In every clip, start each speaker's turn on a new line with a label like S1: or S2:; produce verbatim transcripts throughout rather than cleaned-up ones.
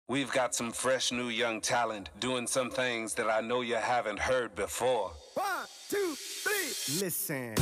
S1: We've got some fresh new young talent doing some things that I know you haven't heard before.
S2: One, two, three, listen.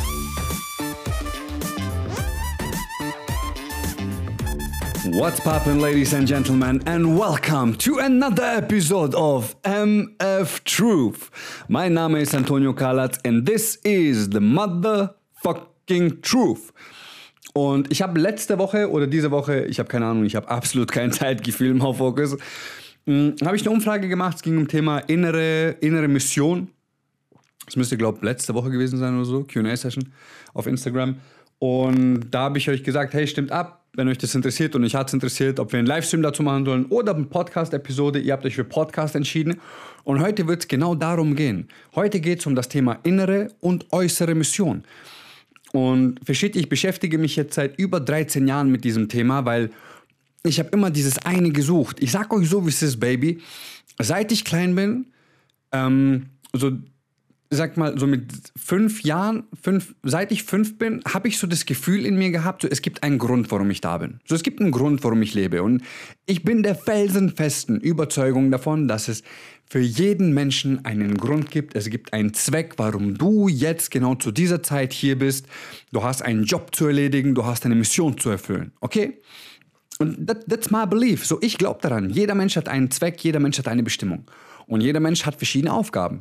S3: What's poppin', ladies and gentlemen, and welcome to another episode of M F Truth. Mein Name ist Antonio Kalatz and this is the motherfucking truth. Und ich habe letzte Woche oder diese Woche, ich habe keine Ahnung, ich habe absolut kein Zeitgefühl im Hauptfokus, hm, habe ich eine Umfrage gemacht, es ging um Thema innere, innere Mission. Das müsste, glaube ich, letzte Woche gewesen sein oder so, Q and A-Session auf Instagram. Und da habe ich euch gesagt, hey, stimmt ab, wenn euch das interessiert und euch hat es interessiert, ob wir einen Livestream dazu machen sollen oder eine Podcast-Episode. Ihr habt euch für Podcast entschieden. Und heute wird es genau darum gehen. Heute geht es um das Thema innere und äußere Mission. Und versteht ihr, ich beschäftige mich jetzt seit über dreizehn Jahren mit diesem Thema, weil ich habe immer dieses eine gesucht. Ich sag euch so, wie es ist, Baby. Seit ich klein bin, ähm, so, sag mal, so mit fünf Jahren, fünf, seit ich fünf bin, habe ich so das Gefühl in mir gehabt, so, es gibt einen Grund, warum ich da bin. So, es gibt einen Grund, warum ich lebe. Und ich bin der felsenfesten Überzeugung davon, dass es für jeden Menschen einen Grund gibt. Es gibt einen Zweck, warum du jetzt genau zu dieser Zeit hier bist. Du hast einen Job zu erledigen, du hast eine Mission zu erfüllen. Okay? Und that, that's my belief. So, ich glaube daran. Jeder Mensch hat einen Zweck, jeder Mensch hat eine Bestimmung. Und jeder Mensch hat verschiedene Aufgaben.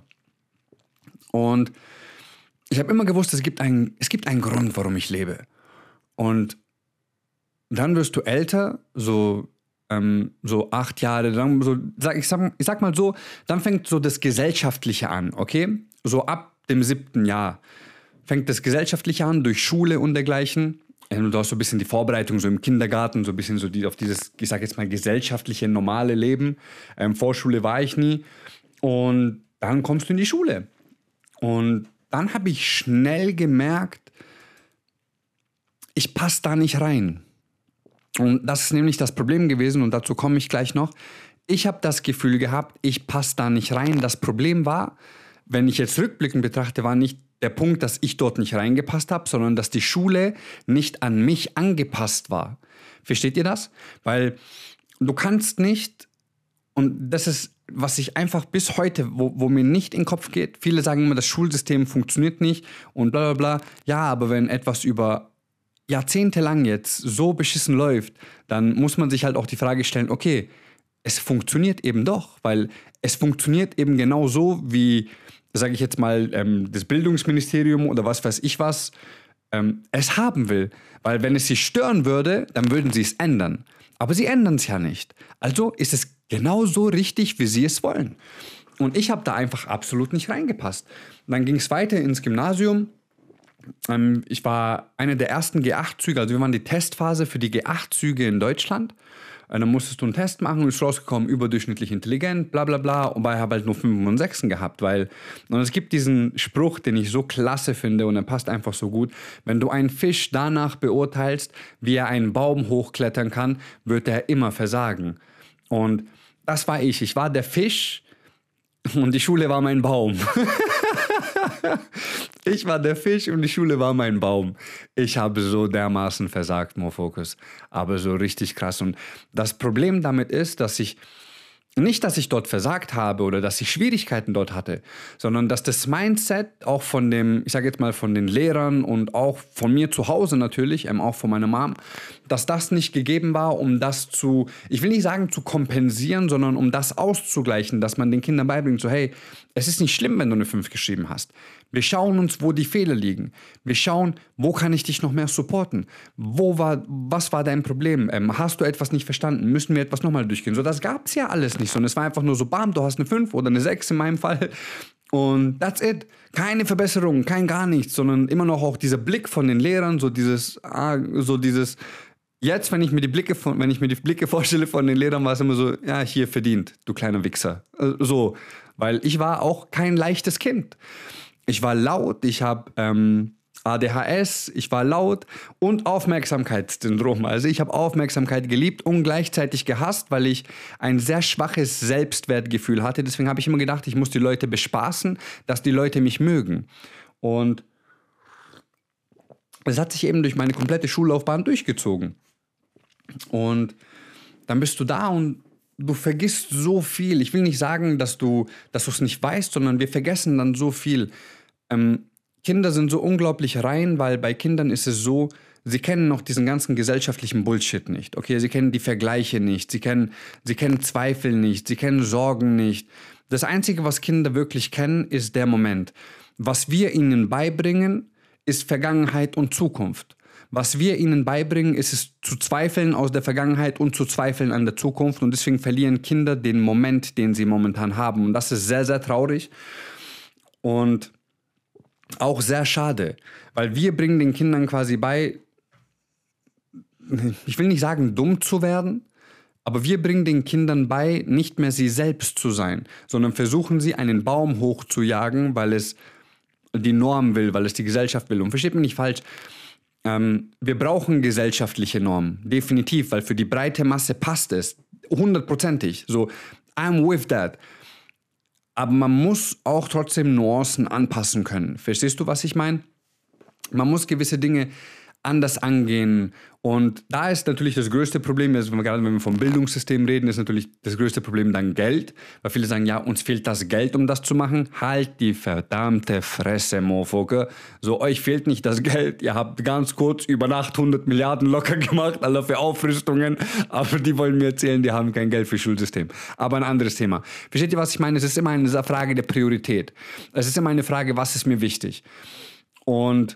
S3: Und ich habe immer gewusst, es gibt, einen, es gibt einen Grund, warum ich lebe. Und dann wirst du älter, so ähm, so acht Jahre, dann so, sag, ich, sag, ich sag mal so, dann fängt so das Gesellschaftliche an, okay? So ab dem siebten Jahr fängt das Gesellschaftliche an, durch Schule und dergleichen. Ähm, du hast so ein bisschen die Vorbereitung so im Kindergarten, so ein bisschen so die, auf dieses, ich sag jetzt mal, gesellschaftliche, normale Leben. Ähm, Vorschule war ich nie. Und dann kommst du in die Schule. Und dann habe ich schnell gemerkt, ich passe da nicht rein. Und das ist nämlich das Problem gewesen und dazu komme ich gleich noch. Ich habe das Gefühl gehabt, ich passe da nicht rein. Das Problem war, wenn ich jetzt rückblickend betrachte, war nicht der Punkt, dass ich dort nicht reingepasst habe, sondern dass die Schule nicht an mich angepasst war. Versteht ihr das? Weil du kannst nicht, und das ist, was ich einfach bis heute, wo, wo mir nicht in den Kopf geht, viele sagen immer, das Schulsystem funktioniert nicht und bla bla bla. Ja, aber wenn etwas über jahrzehntelang jetzt so beschissen läuft, dann muss man sich halt auch die Frage stellen, okay, es funktioniert eben doch, weil es funktioniert eben genau so, wie, sage ich jetzt mal, ähm, das Bildungsministerium oder was weiß ich was, ähm, es haben will. Weil wenn es sie stören würde, dann würden sie es ändern. Aber sie ändern es ja nicht. Also ist es genau so richtig, wie sie es wollen. Und ich habe da einfach absolut nicht reingepasst. Und dann ging es weiter ins Gymnasium. Ähm, ich war einer der ersten G acht Züge, also wir waren die Testphase für die G acht Züge in Deutschland. Und dann musstest du einen Test machen und ist rausgekommen, überdurchschnittlich intelligent, bla bla bla. Und ich habe halt nur fünf und sechs gehabt, weil, und es gibt diesen Spruch, den ich so klasse finde und er passt einfach so gut. Wenn du einen Fisch danach beurteilst, wie er einen Baum hochklettern kann, wird er immer versagen. Und das war ich. Ich war der Fisch und die Schule war mein Baum. Ich war der Fisch und die Schule war mein Baum. Ich habe so dermaßen versagt, Mofocus. Aber so richtig krass. Und das Problem damit ist, dass ich nicht, dass ich dort versagt habe oder dass ich Schwierigkeiten dort hatte, sondern dass das Mindset auch von dem, ich sage jetzt mal von den Lehrern und auch von mir zu Hause natürlich, ähm, auch von meiner Mom, dass das nicht gegeben war, um das zu, ich will nicht sagen zu kompensieren, sondern um das auszugleichen, dass man den Kindern beibringt, so hey, es ist nicht schlimm, wenn du eine fünf geschrieben hast. Wir schauen uns, wo die Fehler liegen. Wir schauen, wo kann ich dich noch mehr supporten? Wo war, was war dein Problem? Ähm, hast du etwas nicht verstanden? Müssen wir etwas nochmal durchgehen? So, das gab es ja alles nicht, sondern es war einfach nur so, bam, du hast eine fünf oder eine sechs in meinem Fall. Und that's it. Keine Verbesserung, kein gar nichts, sondern immer noch auch dieser Blick von den Lehrern, so dieses, ah, so dieses, jetzt, wenn ich mir die Blicke von, wenn ich mir die Blicke vorstelle von den Lehrern, war es immer so, ja, hier verdient, du kleiner Wichser. So, weil ich war auch kein leichtes Kind. Ich war laut, ich habe ähm, A D H S, ich war laut und Aufmerksamkeitssyndrom. Also ich habe Aufmerksamkeit geliebt und gleichzeitig gehasst, weil ich ein sehr schwaches Selbstwertgefühl hatte. Deswegen habe ich immer gedacht, ich muss die Leute bespaßen, dass die Leute mich mögen. Und es hat sich eben durch meine komplette Schullaufbahn durchgezogen. Und dann bist du da und du vergisst so viel. Ich will nicht sagen, dass du dass du es nicht weißt, sondern wir vergessen dann so viel. Ähm, Kinder sind so unglaublich rein, weil bei Kindern ist es so, sie kennen noch diesen ganzen gesellschaftlichen Bullshit nicht. Okay, sie kennen die Vergleiche nicht, sie kennen, sie kennen Zweifel nicht, sie kennen Sorgen nicht. Das Einzige, was Kinder wirklich kennen, ist der Moment. Was wir ihnen beibringen, ist Vergangenheit und Zukunft. Was wir ihnen beibringen, ist es zu zweifeln aus der Vergangenheit und zu zweifeln an der Zukunft. Und deswegen verlieren Kinder den Moment, den sie momentan haben. Und das ist sehr, sehr traurig. Und auch sehr schade, weil wir bringen den Kindern quasi bei, ich will nicht sagen, dumm zu werden, aber wir bringen den Kindern bei, nicht mehr sie selbst zu sein, sondern versuchen sie, einen Baum hochzujagen, weil es die Norm will, weil es die Gesellschaft will. Und versteht mich nicht falsch, ähm, wir brauchen gesellschaftliche Normen, definitiv, weil für die breite Masse passt es, hundertprozentig. So, I'm with that. Aber man muss auch trotzdem Nuancen anpassen können. Verstehst du, was ich meine? Man muss gewisse Dinge anders angehen. Und da ist natürlich das größte Problem, also gerade wenn wir vom Bildungssystem reden, ist natürlich das größte Problem dann Geld. Weil viele sagen, ja, uns fehlt das Geld, um das zu machen. Halt die verdammte Fresse, Motherfucker. So, euch fehlt nicht das Geld. Ihr habt ganz kurz über Nacht hundert Milliarden locker gemacht, alle für Aufrüstungen. Aber die wollen mir erzählen, die haben kein Geld für Schulsystem. Aber ein anderes Thema. Versteht ihr, was ich meine? Es ist immer eine Frage der Priorität. Es ist immer eine Frage, was ist mir wichtig? Und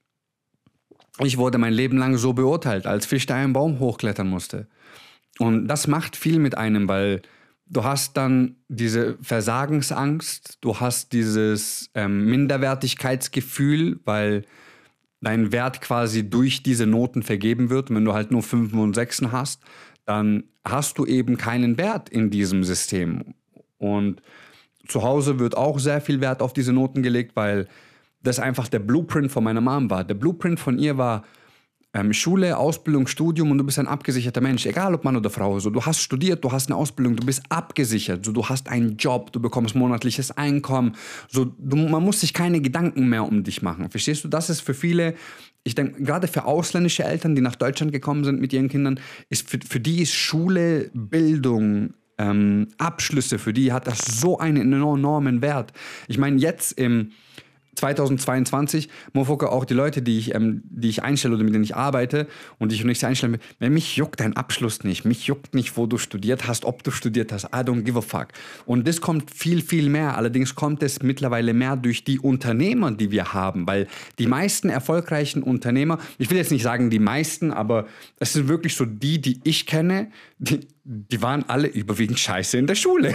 S3: ich wurde mein Leben lang so beurteilt, als Fisch, der einen Baum hochklettern musste. Und das macht viel mit einem, weil du hast dann diese Versagensangst, du hast dieses ähm, Minderwertigkeitsgefühl, weil dein Wert quasi durch diese Noten vergeben wird. Und wenn du halt nur Fünfen und Sechsen hast, dann hast du eben keinen Wert in diesem System. Und zu Hause wird auch sehr viel Wert auf diese Noten gelegt, weil das einfach der Blueprint von meiner Mom war. Der Blueprint von ihr war ähm, Schule, Ausbildung, Studium und du bist ein abgesicherter Mensch. Egal ob Mann oder Frau. So, du hast studiert, du hast eine Ausbildung, du bist abgesichert. So, du hast einen Job, du bekommst monatliches Einkommen. So, du, man muss sich keine Gedanken mehr um dich machen. Verstehst du? Das ist für viele, ich denke, gerade für ausländische Eltern, die nach Deutschland gekommen sind mit ihren Kindern, ist für, für die ist Schule, Bildung, ähm, Abschlüsse, für die hat das so einen enormen Wert. Ich meine, jetzt im zweitausendzweiundzwanzig, Motherfucker, auch die Leute, die ich, ähm, die ich einstelle oder mit denen ich arbeite und die ich nicht einstellen will, mich juckt dein Abschluss nicht, mich juckt nicht, wo du studiert hast, ob du studiert hast, I don't give a fuck. Und das kommt viel, viel mehr, allerdings kommt es mittlerweile mehr durch die Unternehmer, die wir haben, weil die meisten erfolgreichen Unternehmer, ich will jetzt nicht sagen die meisten, aber es sind wirklich so die, die ich kenne, die, die waren alle überwiegend scheiße in der Schule.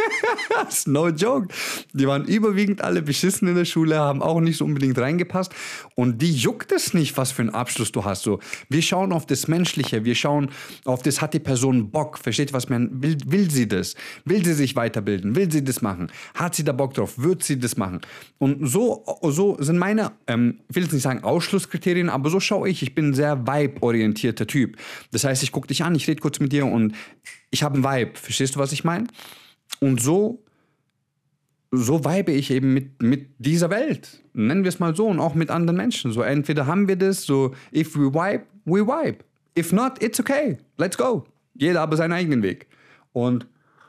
S3: No joke. Die waren überwiegend alle beschissen in der Schule, haben auch nicht so unbedingt reingepasst. Und die juckt es nicht, was für einen Abschluss du hast. So, wir schauen auf das Menschliche, wir schauen auf das, hat die Person Bock, versteht, was man will, will sie das? Will sie sich weiterbilden? Will sie das machen? Hat sie da Bock drauf? Wird sie das machen? Und so, so sind meine, ähm, ich will jetzt nicht sagen Ausschlusskriterien, aber so schaue ich. Ich bin ein sehr vibe-orientierter Typ. Das heißt, ich gucke dich an, ich rede kurz mit dir und ich habe einen Vibe. Verstehst du, was ich meine? Und so, so vibe ich eben mit, mit dieser Welt. Nennen wir es mal so und auch mit anderen Menschen. So entweder haben wir das, so if we vibe, we vibe. If not, it's okay. Let's go. Jeder aber seinen eigenen Weg. Und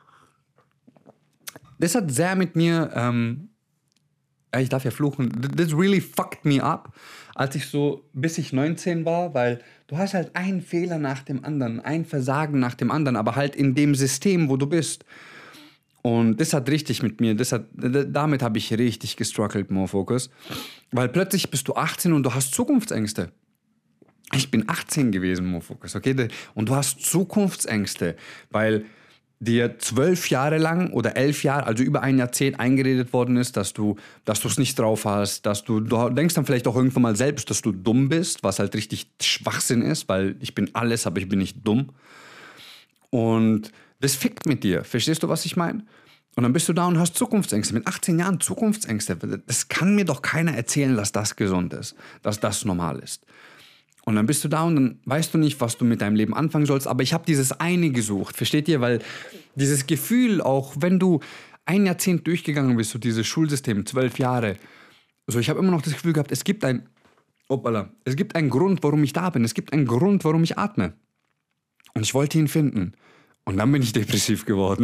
S3: das hat sehr mit mir, ähm, ich darf ja fluchen, this really fucked me up, als ich so, bis ich neunzehn war, weil du hast halt einen Fehler nach dem anderen, ein Versagen nach dem anderen, aber halt in dem System, wo du bist. Und das hat richtig mit mir, das hat, damit habe ich richtig gestruggelt, Motherfuckers. Weil plötzlich bist du achtzehn und du hast Zukunftsängste. Ich bin achtzehn gewesen, Motherfuckers, okay? Und du hast Zukunftsängste, weil dir zwölf Jahre lang oder elf Jahre, also über ein Jahrzehnt eingeredet worden ist, dass du dass du es nicht drauf hast, dass du, du denkst dann vielleicht auch irgendwann mal selbst, dass du dumm bist, was halt richtig Schwachsinn ist, weil ich bin alles, aber ich bin nicht dumm. Und das fickt mit dir, verstehst du, was ich meine? Und dann bist du da und hast Zukunftsängste. Mit achtzehn Jahren Zukunftsängste. Das kann mir doch keiner erzählen, dass das gesund ist, dass das normal ist. Und dann bist du da und dann weißt du nicht, was du mit deinem Leben anfangen sollst. Aber ich habe dieses eine gesucht, versteht ihr? Weil dieses Gefühl, auch wenn du ein Jahrzehnt durchgegangen bist, so dieses Schulsystem, zwölf Jahre, so ich habe immer noch das Gefühl gehabt, es gibt ein, opala, es gibt einen Grund, warum ich da bin. Es gibt einen Grund, warum ich atme. Und ich wollte ihn finden. Und dann bin ich depressiv geworden.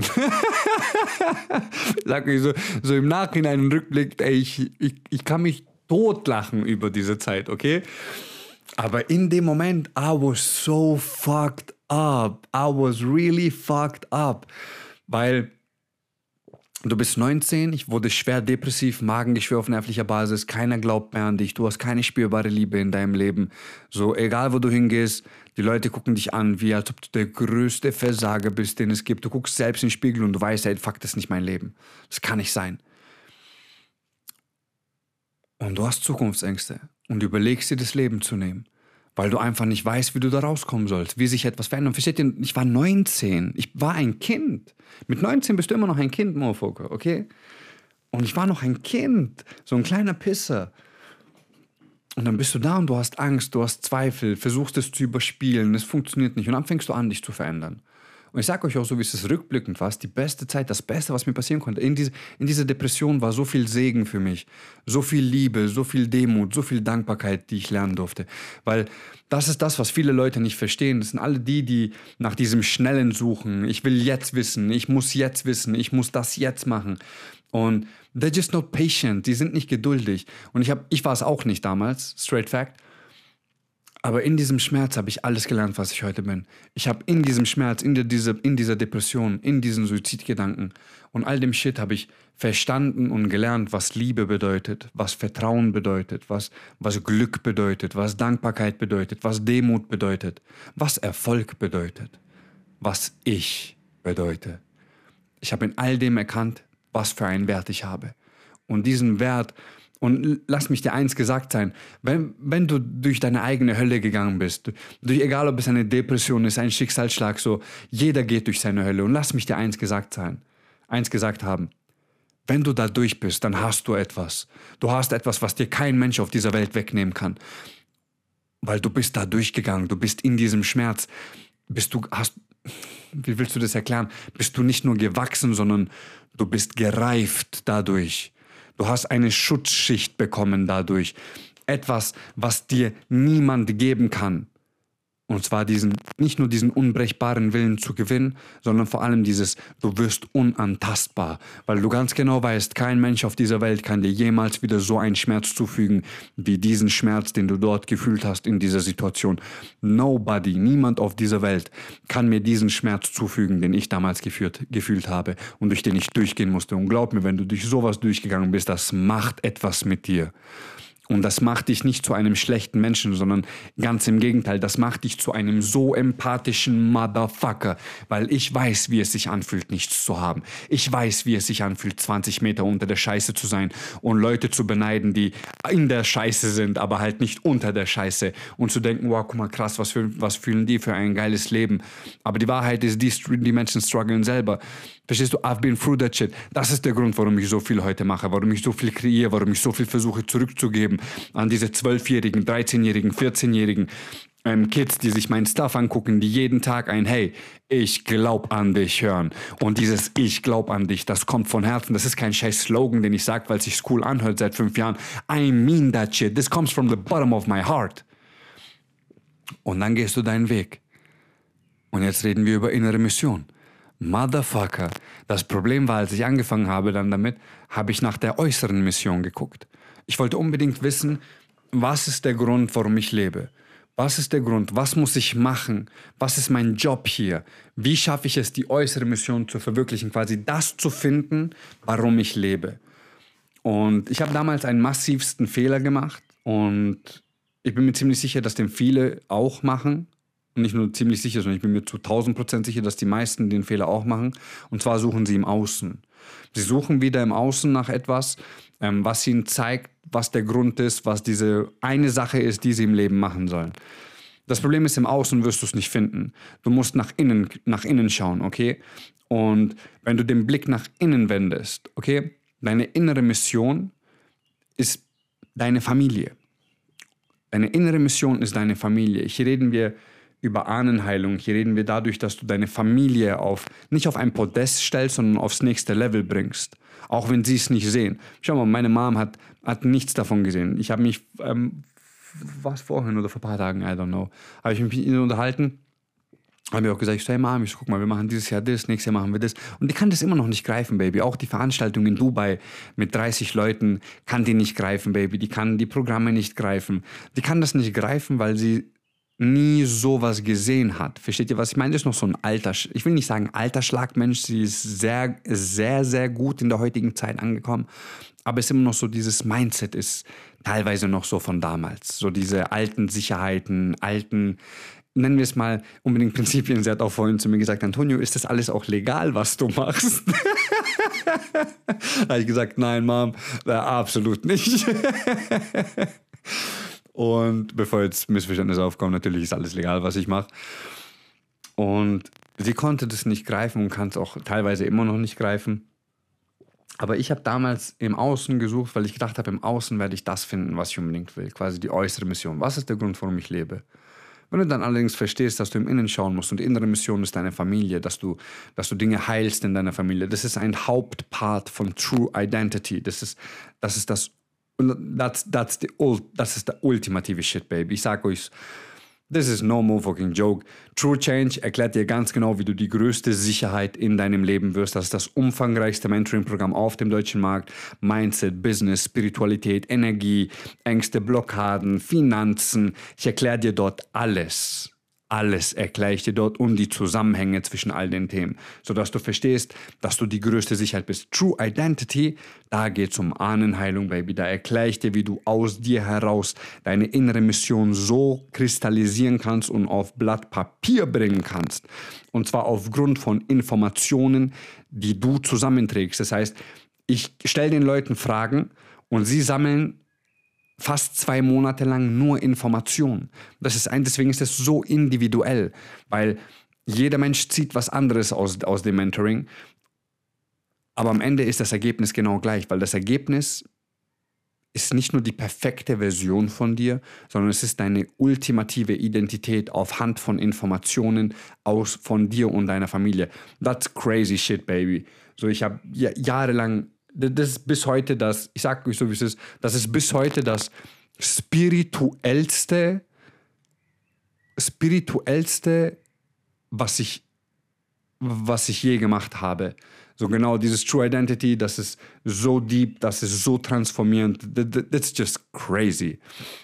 S3: Sag ich so, so im Nachhinein, im Rückblick, ey, ich, ich, ich kann mich totlachen über diese Zeit, okay? Aber in dem Moment, I was so fucked up. I was really fucked up. Weil du bist neunzehn, ich wurde schwer depressiv, Magengeschwür auf nervlicher Basis, keiner glaubt mehr an dich, du hast keine spürbare Liebe in deinem Leben. So, egal wo du hingehst, die Leute gucken dich an, wie als ob du der größte Versager bist, den es gibt. Du guckst selbst in den Spiegel und du weißt, ey, fuck, das ist nicht mein Leben. Das kann nicht sein. Und du hast Zukunftsängste und überlegst dir, das Leben zu nehmen, weil du einfach nicht weißt, wie du da rauskommen sollst, wie sich etwas verändert. Versteht ihr, ich war neunzehn, ich war ein Kind. Mit neunzehn bist du immer noch ein Kind, Motherfucker, okay? Und ich war noch ein Kind, so ein kleiner Pisser. Und dann bist du da und du hast Angst, du hast Zweifel, versuchst es zu überspielen, es funktioniert nicht. Und dann fängst du an, dich zu verändern. Und ich sage euch auch so, wie es ist rückblickend war, die beste Zeit, das Beste, was mir passieren konnte. In, diese, in dieser Depression war so viel Segen für mich, so viel Liebe, so viel Demut, so viel Dankbarkeit, die ich lernen durfte. Weil das ist das, was viele Leute nicht verstehen. Das sind alle die, die nach diesem Schnellen suchen. Ich will jetzt wissen, ich muss jetzt wissen, ich muss das jetzt machen. Und they're just not patient, die sind nicht geduldig. Und ich, hab, ich war es auch nicht damals, straight fact. Aber in diesem Schmerz habe ich alles gelernt, was ich heute bin. Ich habe in diesem Schmerz, in, der, diese, in dieser Depression, in diesen Suizidgedanken und all dem Shit habe ich verstanden und gelernt, was Liebe bedeutet, was Vertrauen bedeutet, was, was Glück bedeutet, was Dankbarkeit bedeutet, was Demut bedeutet, was Erfolg bedeutet, was ich bedeute. Ich habe in all dem erkannt, was für einen Wert ich habe. Und diesen Wert... Und lass mich dir eins gesagt sein, wenn, wenn du durch deine eigene Hölle gegangen bist, durch, egal ob es eine Depression ist, ein Schicksalsschlag, so, jeder geht durch seine Hölle. Und lass mich dir eins gesagt sein, eins gesagt haben, wenn du da durch bist, dann hast du etwas. Du hast etwas, was dir kein Mensch auf dieser Welt wegnehmen kann. Weil du bist da durchgegangen, du bist in diesem Schmerz, bist du, hast, wie willst du das erklären, bist du nicht nur gewachsen, sondern du bist gereift dadurch. Du hast eine Schutzschicht bekommen dadurch. Etwas, was dir niemand geben kann. Und zwar diesen, nicht nur diesen unbrechbaren Willen zu gewinnen, sondern vor allem dieses, du wirst unantastbar. Weil du ganz genau weißt, kein Mensch auf dieser Welt kann dir jemals wieder so einen Schmerz zufügen, wie diesen Schmerz, den du dort gefühlt hast in dieser Situation. Nobody, niemand auf dieser Welt kann mir diesen Schmerz zufügen, den ich damals geführt, gefühlt habe und durch den ich durchgehen musste. Und glaub mir, wenn du durch sowas durchgegangen bist, das macht etwas mit dir. Und das macht dich nicht zu einem schlechten Menschen, sondern ganz im Gegenteil, das macht dich zu einem so empathischen Motherfucker, weil ich weiß, wie es sich anfühlt, nichts zu haben. Ich weiß, wie es sich anfühlt, zwanzig Meter unter der Scheiße zu sein und Leute zu beneiden, die in der Scheiße sind, aber halt nicht unter der Scheiße und zu denken, wow, guck mal, krass, was, für, was fühlen die für ein geiles Leben. Aber die Wahrheit ist, die, die Menschen strugglen selber. Verstehst du? I've been through that shit. Das ist der Grund, warum ich so viel heute mache, warum ich so viel kreiere, warum ich so viel versuche zurückzugeben an diese zwölfjährigen, dreizehnjährigen, vierzehnjährigen ähm, Kids, die sich meinen Stuff angucken, die jeden Tag ein Hey, ich glaub an dich hören. Und dieses Ich glaub an dich, das kommt von Herzen. Das ist kein scheiß Slogan, den ich sage, weil es sich cool anhört seit fünf Jahren. I mean that shit. This comes from the bottom of my heart. Und dann gehst du deinen Weg. Und jetzt reden wir über innere Mission. Motherfucker. Das Problem war, als ich angefangen habe dann damit, habe ich nach der äußeren Mission geguckt. Ich wollte unbedingt wissen, was ist der Grund, warum ich lebe? Was ist der Grund? Was muss ich machen? Was ist mein Job hier? Wie schaffe ich es, die äußere Mission zu verwirklichen? Quasi das zu finden, warum ich lebe. Und ich habe damals einen massivsten Fehler gemacht und ich bin mir ziemlich sicher, dass den viele auch machen. Und nicht nur ziemlich sicher, sondern ich bin mir zu tausend Prozent sicher, dass die meisten den Fehler auch machen. Und zwar suchen sie im Außen. Sie suchen wieder im Außen nach etwas, ähm, was ihnen zeigt, was der Grund ist, was diese eine Sache ist, die sie im Leben machen sollen. Das Problem ist, im Außen wirst du es nicht finden. Du musst nach innen, nach innen schauen, okay? Und wenn du den Blick nach innen wendest, okay? Deine innere Mission ist deine Familie. Deine innere Mission ist deine Familie. Hier reden wir über Ahnenheilung. Hier reden wir dadurch, dass du deine Familie auf, nicht auf ein Podest stellst, sondern aufs nächste Level bringst. Auch wenn sie es nicht sehen. Schau mal, meine Mom hat, hat nichts davon gesehen. Ich habe mich, ähm, was vorhin oder vor ein paar Tagen, I don't know, habe ich mich mit ihnen unterhalten Haben wir auch gesagt, ich so, hey Mom, ich guck mal, wir machen dieses Jahr das, nächstes Jahr machen wir das. Und die kann das immer noch nicht greifen, Baby. Auch die Veranstaltung in Dubai mit dreißig Leuten kann die nicht greifen, Baby. Die kann die Programme nicht greifen. Die kann das nicht greifen, weil sie nie sowas gesehen hat. Versteht ihr, was ich meine? Das ist noch so ein alter, ich will nicht sagen alter Schlagmensch, sie ist sehr, sehr, sehr gut in der heutigen Zeit angekommen, aber es ist immer noch so, dieses Mindset ist teilweise noch so von damals. So diese alten Sicherheiten, alten, nennen wir es mal unbedingt Prinzipien. Sie hat auch vorhin zu mir gesagt, Antonio, ist das alles auch legal, was du machst? Da habe ich gesagt, nein, Mom, äh, absolut nicht. Und bevor jetzt Missverständnisse aufkommen, natürlich ist alles legal, was ich mache. Und sie konnte das nicht greifen und kann es auch teilweise immer noch nicht greifen. Aber ich habe damals im Außen gesucht, weil ich gedacht habe, im Außen werde ich das finden, was ich unbedingt will. Quasi die äußere Mission. Was ist der Grund, warum ich lebe? Wenn du dann allerdings verstehst, dass du im Innen schauen musst und die innere Mission ist deine Familie, dass du, dass du Dinge heilst in deiner Familie, das ist ein Hauptpart von True Identity. Das ist das, ist das Und that's, that's the, das ist der ultimative Shit, Baby. Ich sag euch, this is no more fucking joke. True Change erklärt dir ganz genau, wie du die größte Sicherheit in deinem Leben wirst. Das ist das umfangreichste Mentoring-Programm auf dem deutschen Markt. Mindset, Business, Spiritualität, Energie, Ängste, Blockaden, Finanzen. Ich erkläre dir dort alles. Alles erkläre ich dir dort und die Zusammenhänge zwischen all den Themen, sodass du verstehst, dass du die größte Sicherheit bist. True Identity, da geht es um Ahnenheilung, Baby. Da erkläre ich dir, wie du aus dir heraus deine innere Mission so kristallisieren kannst und auf Blatt Papier bringen kannst. Und zwar aufgrund von Informationen, die du zusammenträgst. Das heißt, ich stelle den Leuten Fragen und sie sammeln fast zwei Monate lang nur Informationen. Das ist ein, deswegen ist es so individuell, weil jeder Mensch zieht was anderes aus, aus dem Mentoring, aber am Ende ist das Ergebnis genau gleich, weil das Ergebnis ist nicht nur die perfekte Version von dir, sondern es ist deine ultimative Identität aufhand von Informationen aus von dir und deiner Familie. That's crazy shit, baby. So, ich habe ja, jahrelang Das ist bis heute das, ich sag euch so, wie es ist, das ist bis heute das spirituellste, spirituellste, was ich, was ich je gemacht habe. So genau dieses True Identity, das ist so deep, das ist so transformierend, that's just crazy.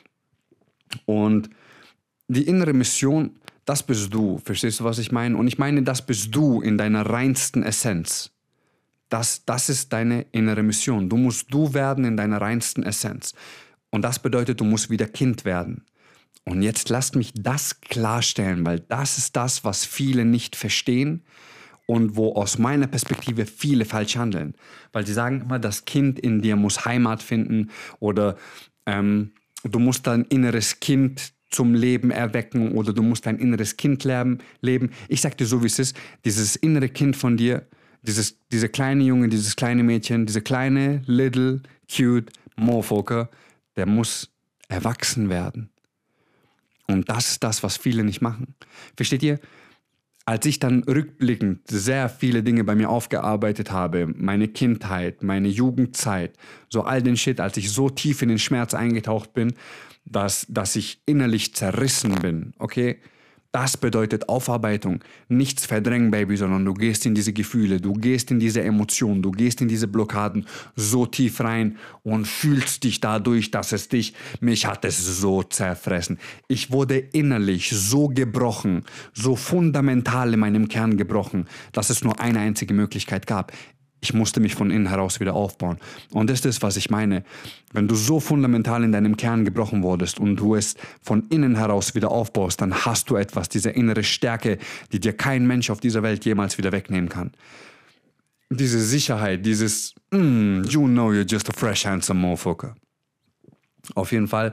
S3: Und die innere Mission, das bist du, verstehst du, was ich meine? Und ich meine, das bist du in deiner reinsten Essenz. Das, das ist deine innere Mission. Du musst du werden in deiner reinsten Essenz. Und das bedeutet, du musst wieder Kind werden. Und jetzt lasst mich das klarstellen, weil das ist das, was viele nicht verstehen und wo aus meiner Perspektive viele falsch handeln. Weil sie sagen immer, das Kind in dir muss Heimat finden oder ähm, du musst dein inneres Kind zum Leben erwecken oder du musst dein inneres Kind leben. Ich sag dir so, wie es ist, dieses innere Kind von dir, Dieses, diese kleine Junge, dieses kleine Mädchen, diese kleine, little, cute Motherfucker, der muss erwachsen werden. Und das ist das, was viele nicht machen. Versteht ihr? Als ich dann rückblickend sehr viele Dinge bei mir aufgearbeitet habe, meine Kindheit, meine Jugendzeit, so all den Shit, als ich so tief in den Schmerz eingetaucht bin, dass, dass ich innerlich zerrissen bin, okay? Das bedeutet Aufarbeitung. Nichts verdrängen, Baby, sondern du gehst in diese Gefühle, du gehst in diese Emotionen, du gehst in diese Blockaden so tief rein und fühlst dich dadurch, dass es dich, mich hat es so zerfressen. Ich wurde innerlich so gebrochen, so fundamental in meinem Kern gebrochen, dass es nur eine einzige Möglichkeit gab. Ich musste mich von innen heraus wieder aufbauen. Und das ist das, was ich meine. Wenn du so fundamental in deinem Kern gebrochen wurdest und du es von innen heraus wieder aufbaust, dann hast du etwas, diese innere Stärke, die dir kein Mensch auf dieser Welt jemals wieder wegnehmen kann. Diese Sicherheit, dieses mm, you know you're just a fresh, handsome motherfucker. Auf jeden Fall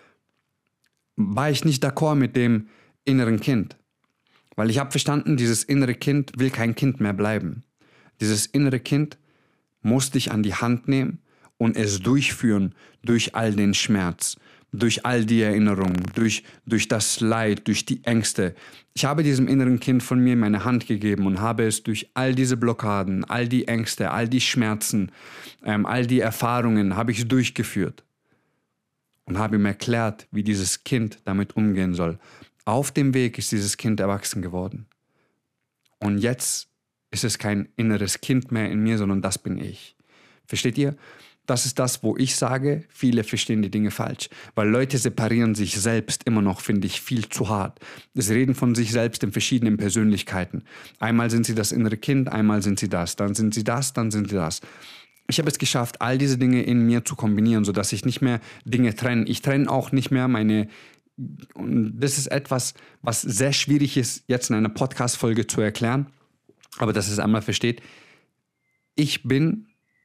S3: war ich nicht d'accord mit dem inneren Kind. Weil ich habe verstanden, dieses innere Kind will kein Kind mehr bleiben. Dieses innere Kind muss dich an die Hand nehmen und es durchführen durch all den Schmerz, durch all die Erinnerungen, durch, durch das Leid, durch die Ängste. Ich habe diesem inneren Kind von mir meine Hand gegeben und habe es durch all diese Blockaden, all die Ängste, all die Schmerzen, ähm, all die Erfahrungen habe ich durchgeführt und habe ihm erklärt, wie dieses Kind damit umgehen soll. Auf dem Weg ist dieses Kind erwachsen geworden. Und jetzt ist es kein inneres Kind mehr in mir, sondern das bin ich. Versteht ihr? Das ist das, wo ich sage, viele verstehen die Dinge falsch. Weil Leute separieren sich selbst immer noch, finde ich, viel zu hart. Sie reden von sich selbst in verschiedenen Persönlichkeiten. Einmal sind sie das innere Kind, einmal sind sie das. Dann sind sie das, dann sind sie das. Ich habe es geschafft, all diese Dinge in mir zu kombinieren, sodass ich nicht mehr Dinge trenne. Ich trenne auch nicht mehr meine... Und das ist etwas, was sehr schwierig ist, jetzt in einer Podcast-Folge zu erklären. Aber dass es einmal versteht. Ich bin...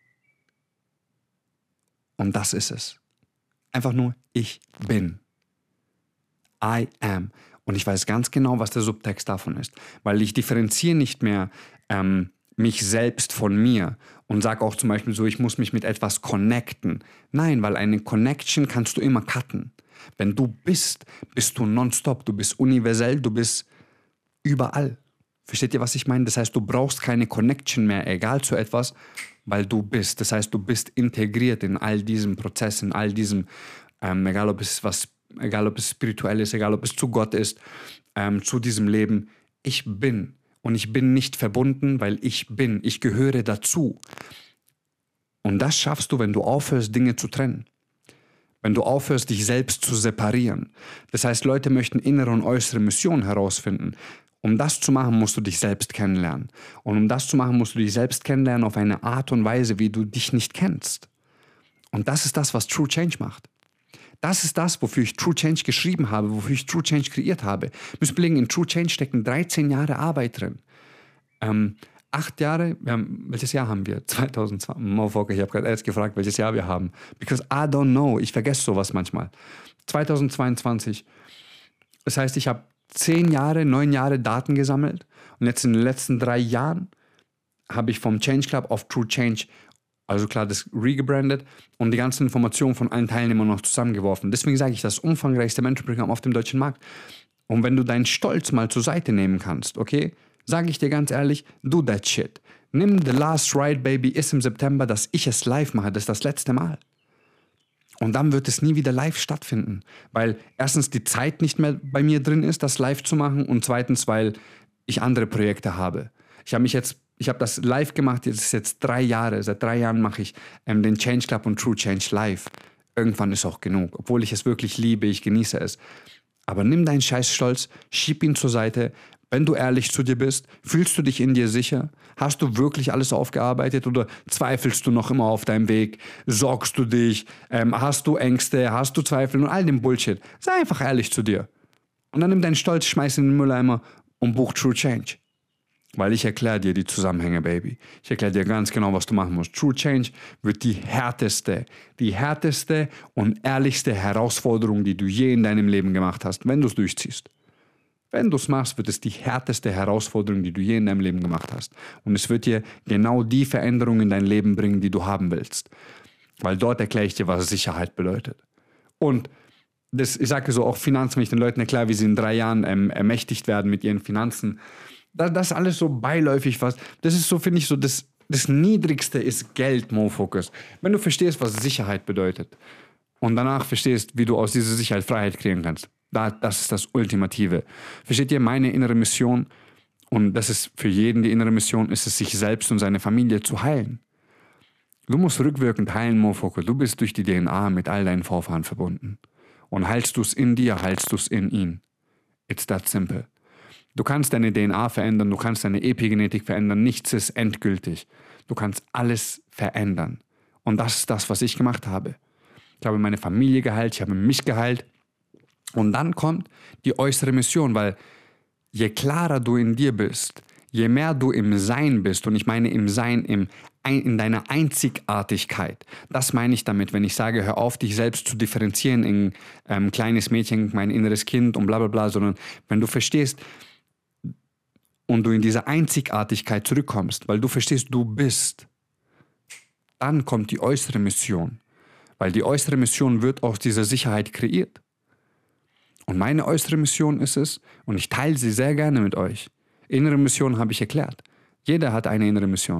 S3: Und das ist es. Einfach nur, ich bin. I am. Und ich weiß ganz genau, was der Subtext davon ist. Weil ich differenziere nicht mehr ähm, mich selbst von mir und sage auch zum Beispiel so, ich muss mich mit etwas connecten. Nein, weil eine Connection kannst du immer cutten. Wenn du bist, bist du nonstop. Du bist universell, du bist überall. Versteht ihr, was ich meine? Das heißt, du brauchst keine Connection mehr, egal zu etwas, weil du bist. Das heißt, du bist integriert in all diesen Prozessen, all diesem, ähm, egal ob es was, egal ob es spirituell ist, egal ob es zu Gott ist, ähm, zu diesem Leben. Ich bin. Und ich bin nicht verbunden, weil ich bin. Ich gehöre dazu. Und das schaffst du, wenn du aufhörst, Dinge zu trennen. Wenn du aufhörst, dich selbst zu separieren. Das heißt, Leute möchten innere und äußere Mission herausfinden. Um das zu machen, musst du dich selbst kennenlernen. Und um das zu machen, musst du dich selbst kennenlernen auf eine Art und Weise, wie du dich nicht kennst. Und das ist das, was True Change macht. Das ist das, wofür ich True Change geschrieben habe, wofür ich True Change kreiert habe. Müssen überlegen, in True Change stecken dreizehn Jahre Arbeit drin. Ähm, acht Jahre, wir haben, welches Jahr haben wir? zweitausendzwei. Motherfucker, ich habe gerade erst gefragt, welches Jahr wir haben. Because I don't know. Ich vergesse sowas manchmal. zweitausendzweiundzwanzig. Das heißt, ich habe zehn Jahre, neun Jahre Daten gesammelt und jetzt in den letzten drei Jahren habe ich vom Change Club auf True Change, also klar, das regebrandet und die ganzen Informationen von allen Teilnehmern noch zusammengeworfen. Deswegen sage ich, das umfangreichste Mentoring-Programm auf dem deutschen Markt. Und wenn du deinen Stolz mal zur Seite nehmen kannst, okay, sage ich dir ganz ehrlich, do that shit. Nimm The Last Ride, Baby, ist im September, dass ich es live mache, das ist das letzte Mal. Und dann wird es nie wieder live stattfinden, weil erstens die Zeit nicht mehr bei mir drin ist, das live zu machen und zweitens, weil ich andere Projekte habe. Ich habe mich jetzt, ich habe das live gemacht, jetzt ist jetzt drei Jahre, seit drei Jahren mache ich ähm, den Change Club und True Change live. Irgendwann ist auch genug, obwohl ich es wirklich liebe, ich genieße es. Aber nimm deinen Scheißstolz, schieb ihn zur Seite. Wenn du ehrlich zu dir bist, fühlst du dich in dir sicher? Hast du wirklich alles aufgearbeitet oder zweifelst du noch immer auf deinem Weg? Sorgst du dich? Ähm, hast du Ängste? Hast du Zweifel? Und all dem Bullshit. Sei einfach ehrlich zu dir. Und dann nimm deinen Stolz, schmeiß ihn in den Mülleimer und buch True Change. Weil ich erkläre dir die Zusammenhänge, Baby. Ich erkläre dir ganz genau, was du machen musst. True Change wird die härteste, die härteste und ehrlichste Herausforderung, die du je in deinem Leben gemacht hast, wenn du es durchziehst. Wenn du es machst, wird es die härteste Herausforderung, die du je in deinem Leben gemacht hast. Und es wird dir genau die Veränderung in dein Leben bringen, die du haben willst. Weil dort erkläre ich dir, was Sicherheit bedeutet. Und das, ich sage so auch Finanzen, wenn ich den Leuten erkläre, wie sie in drei Jahren ähm, ermächtigt werden mit ihren Finanzen. Das, das ist alles so beiläufig was. Das ist so, finde ich, so das, das Niedrigste ist Geld, Mofocus. Wenn du verstehst, was Sicherheit bedeutet und danach verstehst, wie du aus dieser Sicherheit Freiheit kreieren kannst. Das ist das Ultimative. Versteht ihr, meine innere Mission, und das ist für jeden die innere Mission, ist es, sich selbst und seine Familie zu heilen. Du musst rückwirkend heilen, Mofoko. Du bist durch die D N A mit all deinen Vorfahren verbunden. Und heilst du es in dir, heilst du es in ihn. It's that simple. Du kannst deine D N A verändern, du kannst deine Epigenetik verändern, nichts ist endgültig. Du kannst alles verändern. Und das ist das, was ich gemacht habe. Ich habe meine Familie geheilt, ich habe mich geheilt. Und dann kommt die äußere Mission, weil je klarer du in dir bist, je mehr du im Sein bist, und ich meine im Sein, im, in deiner Einzigartigkeit, das meine ich damit, wenn ich sage, hör auf, dich selbst zu differenzieren in ähm, kleines Mädchen, mein inneres Kind und bla bla bla, sondern wenn du verstehst und du in diese Einzigartigkeit zurückkommst, weil du verstehst, du bist, dann kommt die äußere Mission, weil die äußere Mission wird aus dieser Sicherheit kreiert. Und meine äußere Mission ist es, und ich teile sie sehr gerne mit euch. Innere Mission habe ich erklärt. Jeder hat eine innere Mission.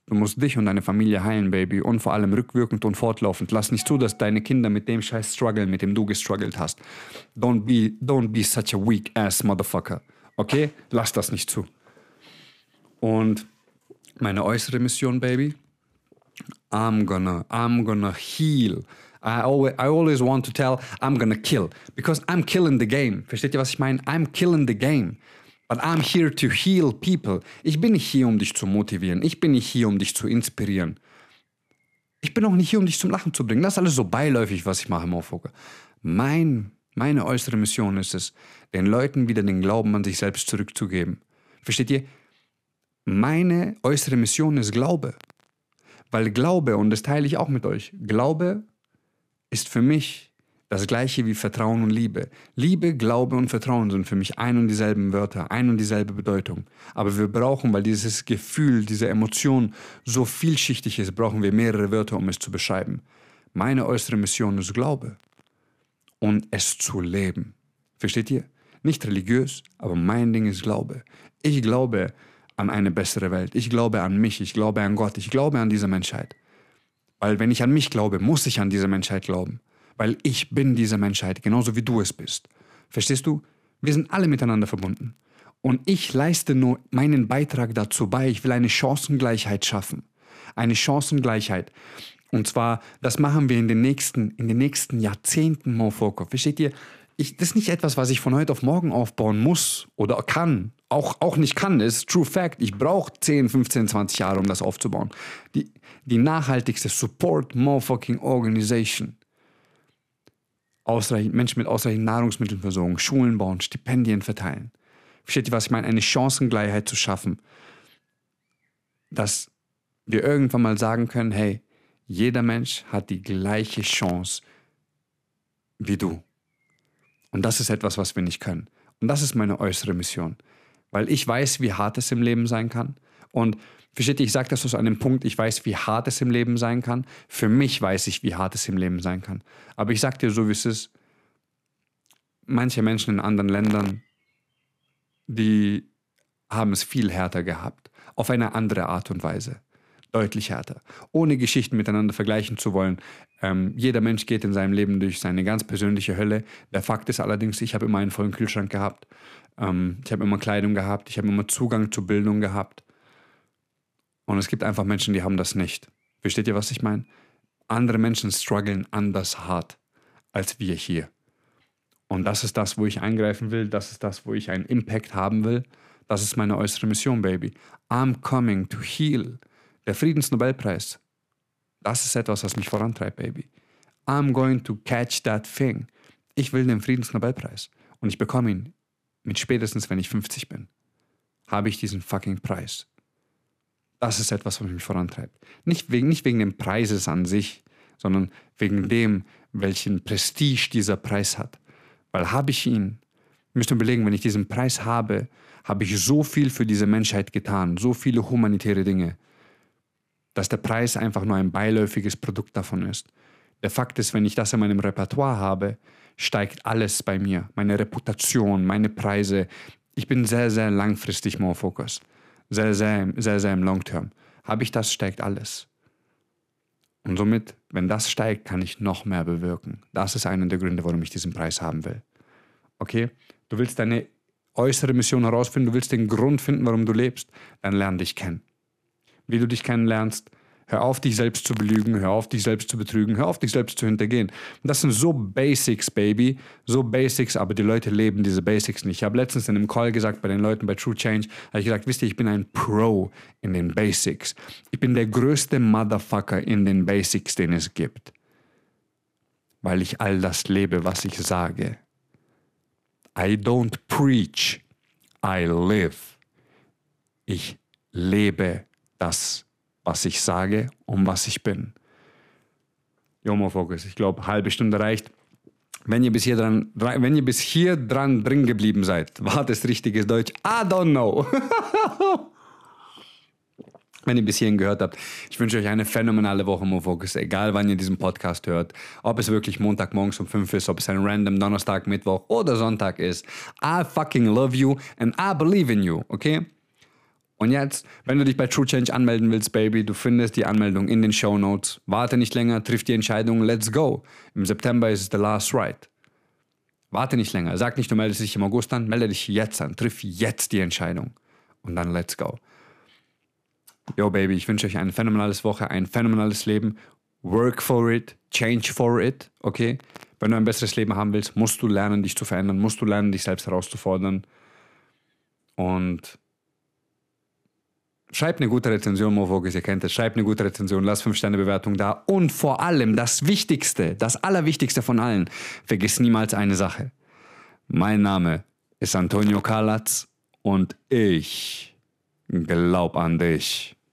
S3: Du musst dich und deine Familie heilen, Baby. Und vor allem rückwirkend und fortlaufend. Lass nicht zu, dass deine Kinder mit dem Scheiß strugglen, mit dem du gestruggelt hast. Don't be, don't be such a weak ass motherfucker. Okay? Lass das nicht zu. Und meine äußere Mission, Baby, I'm gonna, I'm gonna heal. I always, I always want to tell, I'm gonna kill. Because I'm killing the game. Versteht ihr, was ich meine? I'm killing the game. But I'm here to heal people. Ich bin nicht hier, um dich zu motivieren. Ich bin nicht hier, um dich zu inspirieren. Ich bin auch nicht hier, um dich zum Lachen zu bringen. Das ist alles so beiläufig, was ich mache, Motherfucker. Mein, meine äußere Mission ist es, den Leuten wieder den Glauben an sich selbst zurückzugeben. Versteht ihr? Meine äußere Mission ist Glaube. Weil Glaube, und das teile ich auch mit euch, Glaube ist für mich das Gleiche wie Vertrauen und Liebe. Liebe, Glaube und Vertrauen sind für mich ein und dieselben Wörter, ein und dieselbe Bedeutung. Aber wir brauchen, weil dieses Gefühl, diese Emotion so vielschichtig ist, brauchen wir mehrere Wörter, um es zu beschreiben. Meine äußere Mission ist Glaube und es zu leben. Versteht ihr? Nicht religiös, aber mein Ding ist Glaube. Ich glaube an eine bessere Welt. Ich glaube an mich, ich glaube an Gott, ich glaube an diese Menschheit. Weil wenn ich an mich glaube, muss ich an diese Menschheit glauben. Weil ich bin diese Menschheit, genauso wie du es bist. Verstehst du? Wir sind alle miteinander verbunden. Und ich leiste nur meinen Beitrag dazu bei. Ich will eine Chancengleichheit schaffen. Eine Chancengleichheit. Und zwar, das machen wir in den nächsten, in den nächsten Jahrzehnten, Motherfucker. Versteht ihr? Ich, das ist nicht etwas, was ich von heute auf morgen aufbauen muss oder kann. Auch, auch nicht kann, das ist True Fact. Ich brauche zehn, fünfzehn, zwanzig Jahre, um das aufzubauen. Die, die nachhaltigste Support Motherfucking Organization. Ausreichend, Menschen mit ausreichend Nahrungsmittelversorgung, Schulen bauen, Stipendien verteilen. Versteht ihr, was ich meine? Eine Chancengleichheit zu schaffen. Dass wir irgendwann mal sagen können, hey, jeder Mensch hat die gleiche Chance wie du. Und das ist etwas, was wir nicht können. Und das ist meine äußere Mission. Weil ich weiß, wie hart es im Leben sein kann. Und versteht ihr, ich sage das aus einem Punkt, ich weiß, wie hart es im Leben sein kann. Für mich weiß ich, wie hart es im Leben sein kann. Aber ich sage dir so, wie es ist, manche Menschen in anderen Ländern, die haben es viel härter gehabt. Auf eine andere Art und Weise. Deutlich härter. Ohne Geschichten miteinander vergleichen zu wollen. Ähm, jeder Mensch geht in seinem Leben durch seine ganz persönliche Hölle. Der Fakt ist allerdings, ich habe immer einen vollen Kühlschrank gehabt. Ähm, ich habe immer Kleidung gehabt. Ich habe immer Zugang zu Bildung gehabt. Und es gibt einfach Menschen, die haben das nicht. Versteht ihr, was ich meine? Andere Menschen strugglen anders hart als wir hier. Und das ist das, wo ich eingreifen will. Das ist das, wo ich einen Impact haben will. Das ist meine äußere Mission, Baby. I'm coming to heal. Der Friedensnobelpreis. Das ist etwas, was mich vorantreibt, Baby. I'm going to catch that thing. Ich will den Friedensnobelpreis. Und ich bekomme ihn mit spätestens, wenn ich fünfzig bin. Habe ich diesen fucking Preis. Das ist etwas, was mich vorantreibt. Nicht wegen, nicht wegen dem Preises an sich, sondern wegen dem, welchen Prestige dieser Preis hat. Weil habe ich ihn, ihr müsst überlegen, wenn ich diesen Preis habe, habe ich so viel für diese Menschheit getan, so viele humanitäre Dinge, dass der Preis einfach nur ein beiläufiges Produkt davon ist. Der Fakt ist, wenn ich das in meinem Repertoire habe, steigt alles bei mir. Meine Reputation, meine Preise. Ich bin sehr, sehr langfristig more focused. Sehr, sehr, sehr, sehr im Long-Term. Habe ich das, steigt alles. Und somit, wenn das steigt, kann ich noch mehr bewirken. Das ist einer der Gründe, warum ich diesen Preis haben will. Okay? Du willst deine äußere Mission herausfinden, du willst den Grund finden, warum du lebst, dann lern dich kennen. Wie du dich kennenlernst, hör auf, dich selbst zu belügen, hör auf, dich selbst zu betrügen, hör auf, dich selbst zu hintergehen. Und das sind so Basics, Baby, so Basics, aber die Leute leben diese Basics nicht. Ich habe letztens in einem Call gesagt, bei den Leuten bei True Change, habe ich gesagt, wisst ihr, ich bin ein Pro in den Basics. Ich bin der größte Motherfucker in den Basics, den es gibt. Weil ich all das lebe, was ich sage. I don't preach, I live. Ich lebe das, was ich sage und was ich bin. Jomo Focus, ich glaube, halbe Stunde reicht. Wenn ihr bis hier dran, wenn ihr bis hier dran drin geblieben seid, war das richtiges Deutsch? I don't know. Wenn ihr bis hierhin gehört habt, ich wünsche euch eine phänomenale Woche, Mo Focus, egal wann ihr diesen Podcast hört. Ob es wirklich Montagmorgens um fünf ist, ob es ein random Donnerstag, Mittwoch oder Sonntag ist. I fucking love you and I believe in you, okay? Und jetzt, wenn du dich bei True Change anmelden willst, Baby, du findest die Anmeldung in den Shownotes. Warte nicht länger, triff die Entscheidung, let's go. Im September ist the last ride. Warte nicht länger, sag nicht, du meldest dich im August an, melde dich jetzt an, triff jetzt die Entscheidung. Und dann let's go. Yo, Baby, ich wünsche euch eine phänomenale Woche, ein phänomenales Leben. Work for it, change for it, okay? Wenn du ein besseres Leben haben willst, musst du lernen, dich zu verändern, musst du lernen, dich selbst herauszufordern. Und schreib eine gute Rezension, Mofocus, ihr kennt es. Schreib eine gute Rezension, lass fünf Sterne Bewertung da. Und vor allem, das Wichtigste, das Allerwichtigste von allen, vergiss niemals eine Sache. Mein Name ist Antonio Kalatz und ich glaub an dich.